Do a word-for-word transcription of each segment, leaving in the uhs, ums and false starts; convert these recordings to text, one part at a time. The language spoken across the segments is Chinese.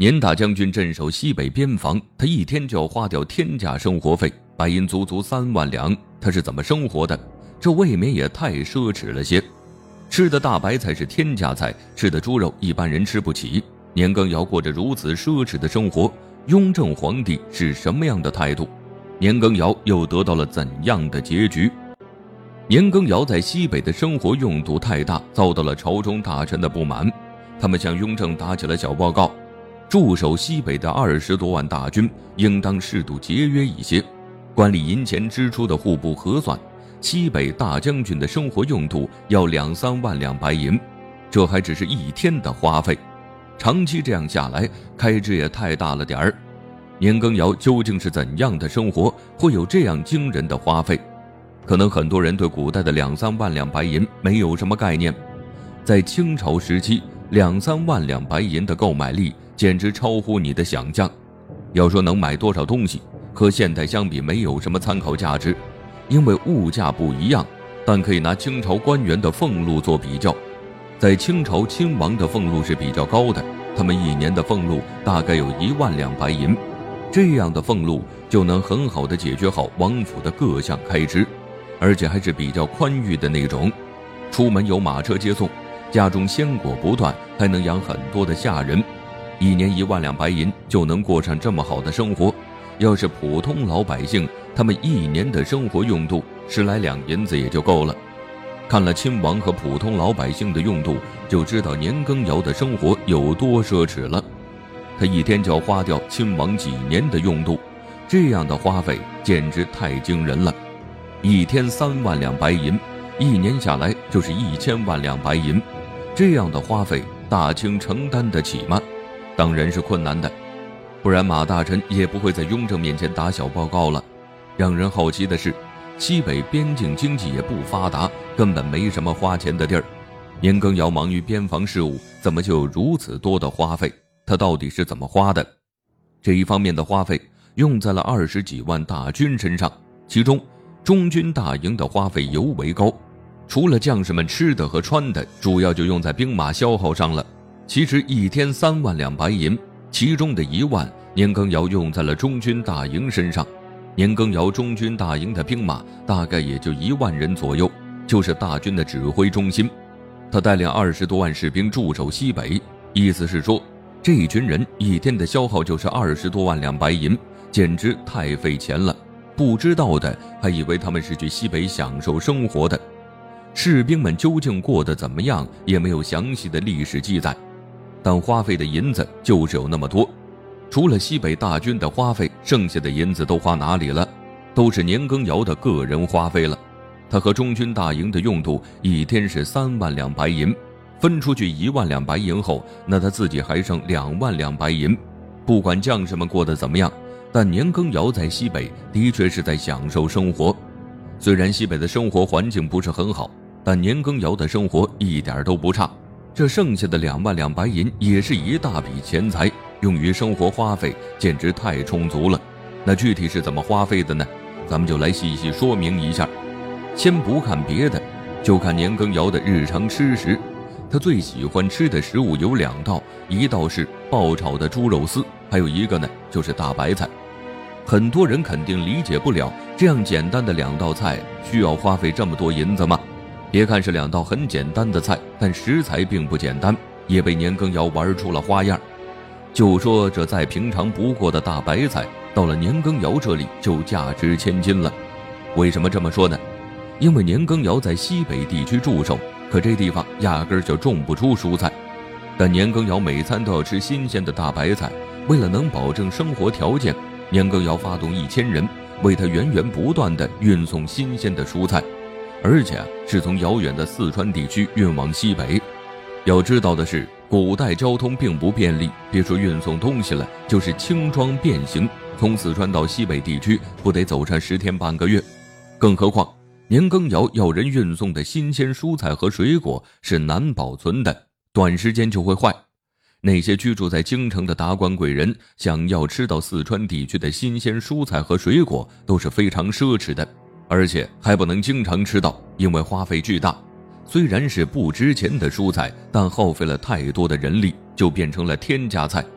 年大将军镇守西北边防，他一天就要花掉天价生活费，白银足足三万两，他是怎么生活的？这未免也太奢侈了些。吃的大白菜是天价菜，吃的猪肉一般人吃不起。年羹尧过着如此奢侈的生活，雍正皇帝是什么样的态度？年羹尧又得到了怎样的结局？年羹尧在西北的生活用度太大，遭到了朝中大臣的不满，他们向雍正打起了小报告，驻守西北的二十多万大军应当适度节约一些，管理银钱支出的户部核算，西北大将军的生活用度要两三万两白银，这还只是一天的花费，长期这样下来，开支也太大了点儿。年羹尧究竟是怎样的生活，会有这样惊人的花费？可能很多人对古代的两三万两白银没有什么概念，在清朝时期，两三万两白银的购买力简直超乎你的想象。要说能买多少东西，和现代相比没有什么参考价值，因为物价不一样，但可以拿清朝官员的俸禄做比较。在清朝，亲王的俸禄是比较高的，他们一年的俸禄大概有一万两白银，这样的俸禄就能很好的解决好王府的各项开支，而且还是比较宽裕的那种。出门有马车接送，家中鲜果不断，还能养很多的下人，一年一万两白银就能过上这么好的生活。要是普通老百姓，他们一年的生活用度十来两银子也就够了。看了亲王和普通老百姓的用度，就知道年羹尧的生活有多奢侈了。他一天就要花掉亲王几年的用度，这样的花费简直太惊人了。一天三万两白银，一年下来就是一千万两白银，这样的花费大清承担得起吗？当然是困难的，不然马大臣也不会在雍正面前打小报告了。让人好奇的是，西北边境经济也不发达，根本没什么花钱的地儿，年羹尧忙于边防事务，怎么就有如此多的花费？他到底是怎么花的？这一方面的花费用在了二十几万大军身上，其中中军大营的花费尤为高，除了将士们吃的和穿的，主要就用在兵马消耗上了。其实一天三万两白银，其中的一万年羹尧用在了中军大营身上。年羹尧中军大营的兵马大概也就一万人左右，就是大军的指挥中心。他带领二十多万士兵驻守西北，意思是说这一群人一天的消耗就是二十多万两白银，简直太费钱了。不知道的还以为他们是去西北享受生活的。士兵们究竟过得怎么样，也没有详细的历史记载，但花费的银子就是有那么多。除了西北大军的花费，剩下的银子都花哪里了？都是年羹尧的个人花费了。他和中军大营的用度一天是三万两白银，分出去一万两白银后，那他自己还剩两万两白银。不管将士们过得怎么样，但年羹尧在西北的确是在享受生活。虽然西北的生活环境不是很好，但年羹尧的生活一点都不差。这剩下的两万两白银也是一大笔钱财，用于生活花费简直太充足了。那具体是怎么花费的呢？咱们就来细细说明一下。先不看别的，就看年羹尧的日常吃食。他最喜欢吃的食物有两道，一道是爆炒的猪肉丝，还有一个呢就是大白菜。很多人肯定理解不了，这样简单的两道菜需要花费这么多银子吗？别看是两道很简单的菜，但食材并不简单，也被年羹尧玩出了花样。就说这再平常不过的大白菜，到了年羹尧这里就价值千金了。为什么这么说呢？因为年羹尧在西北地区驻守，可这地方压根儿就种不出蔬菜，但年羹尧每餐都要吃新鲜的大白菜。为了能保证生活条件，年羹尧发动一千人为他源源不断地运送新鲜的蔬菜，而且是从遥远的四川地区运往西北。要知道的是，古代交通并不便利，别说运送东西了，就是轻装便行，从四川到西北地区不得走上十天半个月。更何况年羹尧要人运送的新鲜蔬菜和水果是难保存的，短时间就会坏。那些居住在京城的达官贵人想要吃到四川地区的新鲜蔬菜和水果都是非常奢侈的，而且还不能经常吃到，因为花费巨大。虽然是不值钱的蔬菜，但耗费了太多的人力，就变成了天价菜。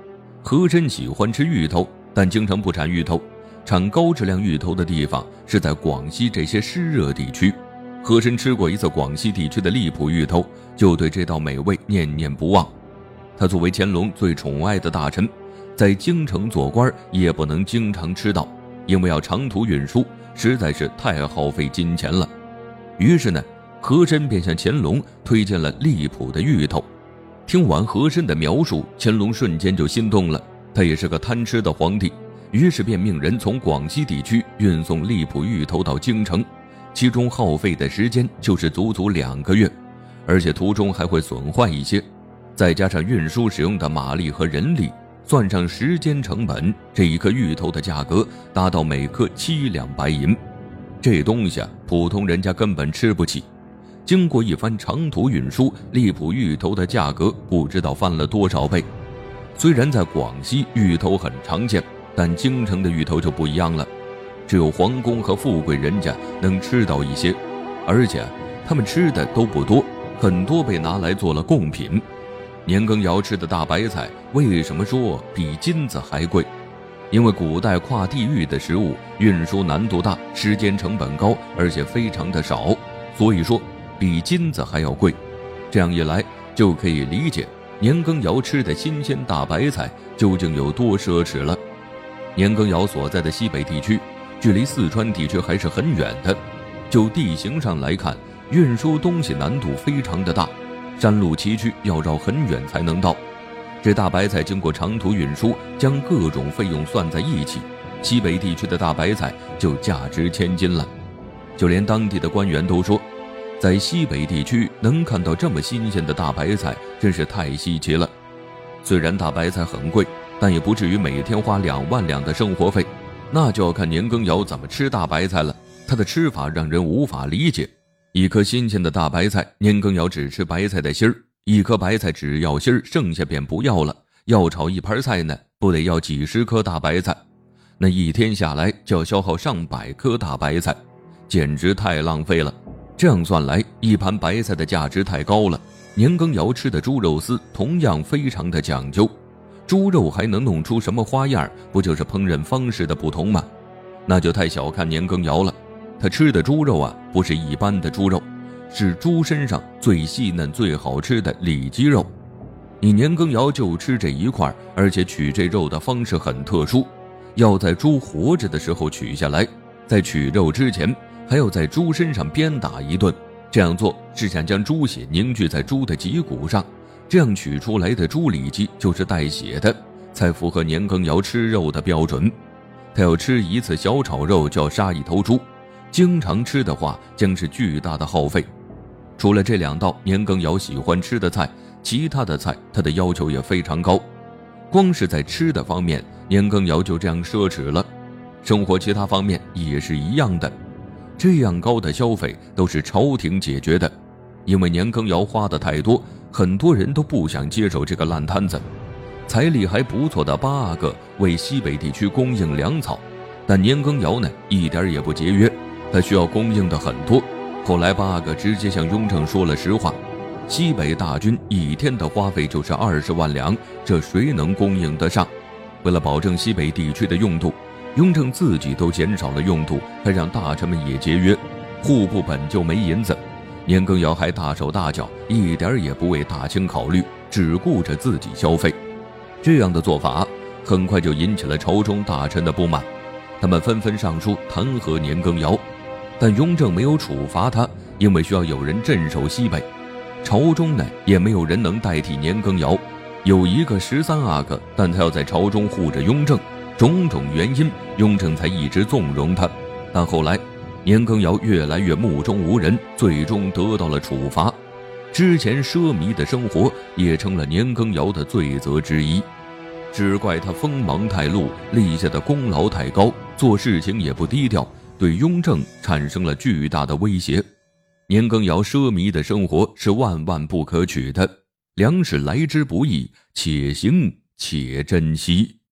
和珅喜欢吃芋头，但京城不产芋头，产高质量芋头的地方是在广西这些湿热地区。和珅吃过一次广西地区的荔浦芋头，就对这道美味念念不忘。他作为乾隆最宠爱的大臣，在京城做官也不能经常吃到，因为要长途运输，实在是太耗费金钱了。于是呢，和珅便向乾隆推荐了荔浦的芋头。听完和珅的描述，乾隆瞬间就心动了，他也是个贪吃的皇帝，于是便命人从广西地区运送荔浦芋头到京城，其中耗费的时间就是足足两个月，而且途中还会损坏一些，再加上运输使用的马力和人力，算上时间成本，这一颗芋头的价格达到每颗七两白银。这东西啊，普通人家根本吃不起。经过一番长途运输，荔浦芋头的价格不知道翻了多少倍。虽然在广西芋头很常见，但京城的芋头就不一样了，只有皇宫和富贵人家能吃到一些，而且他们吃的都不多，很多被拿来做了贡品。年羹尧吃的大白菜为什么说比金子还贵？因为古代跨地域的食物运输难度大，时间成本高，而且非常的少，所以说比金子还要贵。这样一来就可以理解年羹尧吃的新鲜大白菜究竟有多奢侈了。年羹尧所在的西北地区距离四川地区还是很远的，就地形上来看，运输东西难度非常的大，山路崎岖，要绕很远才能到。这大白菜经过长途运输，将各种费用算在一起，西北地区的大白菜就价值千金了。就连当地的官员都说，在西北地区能看到这么新鲜的大白菜真是太稀奇了。虽然大白菜很贵，但也不至于每天花两万两的生活费，那就要看年羹尧怎么吃大白菜了。他的吃法让人无法理解。一颗新鲜的大白菜，年羹尧只吃白菜的心儿，一颗白菜只要心儿，剩下便不要了。要炒一盘菜呢，不得要几十颗大白菜，那一天下来就要消耗上百颗大白菜，简直太浪费了。这样算来，一盘白菜的价值太高了。年羹尧吃的猪肉丝同样非常的讲究，猪肉还能弄出什么花样，不就是烹饪方式的不同吗？那就太小看年羹尧了。他吃的猪肉啊，不是一般的猪肉，是猪身上最细嫩最好吃的里脊肉。你年羹尧就吃这一块，而且取这肉的方式很特殊，要在猪活着的时候取下来，在取肉之前还要在猪身上鞭打一顿。这样做是想将猪血凝聚在猪的脊骨上，这样取出来的猪里脊就是带血的，才符合年羹尧吃肉的标准。他要吃一次小炒肉就要杀一头猪，经常吃的话将是巨大的耗费。除了这两道年羹尧喜欢吃的菜，其他的菜他的要求也非常高。光是在吃的方面，年羹尧就这样奢侈了，生活其他方面也是一样的。这样高的消费都是朝廷解决的，因为年羹尧花的太多，很多人都不想接手这个烂摊子。财力还不错的八阿哥为西北地区供应粮草，但年羹尧呢一点也不节约，他需要供应的很多。后来八阿哥直接向雍正说了实话，西北大军一天的花费就是二十万两，这谁能供应得上？为了保证西北地区的用度，雍正自己都减少了用度，还让大臣们也节约。户部本就没银子，年羹尧还大手大脚，一点也不为大清考虑，只顾着自己消费。这样的做法很快就引起了朝中大臣的不满，他们纷纷上书弹劾年羹尧，但雍正没有处罚他，因为需要有人镇守西北。朝中呢也没有人能代替年羹尧，有一个十三阿哥，但他要在朝中护着雍正，种种原因雍正才一直纵容他。但后来年羹尧越来越目中无人，最终得到了处罚。之前奢靡的生活也成了年羹尧的罪责之一，只怪他锋芒太露，立下的功劳太高，做事情也不低调，对雍正产生了巨大的威胁。年羹尧奢靡的生活是万万不可取的，粮食来之不易，且行且珍惜。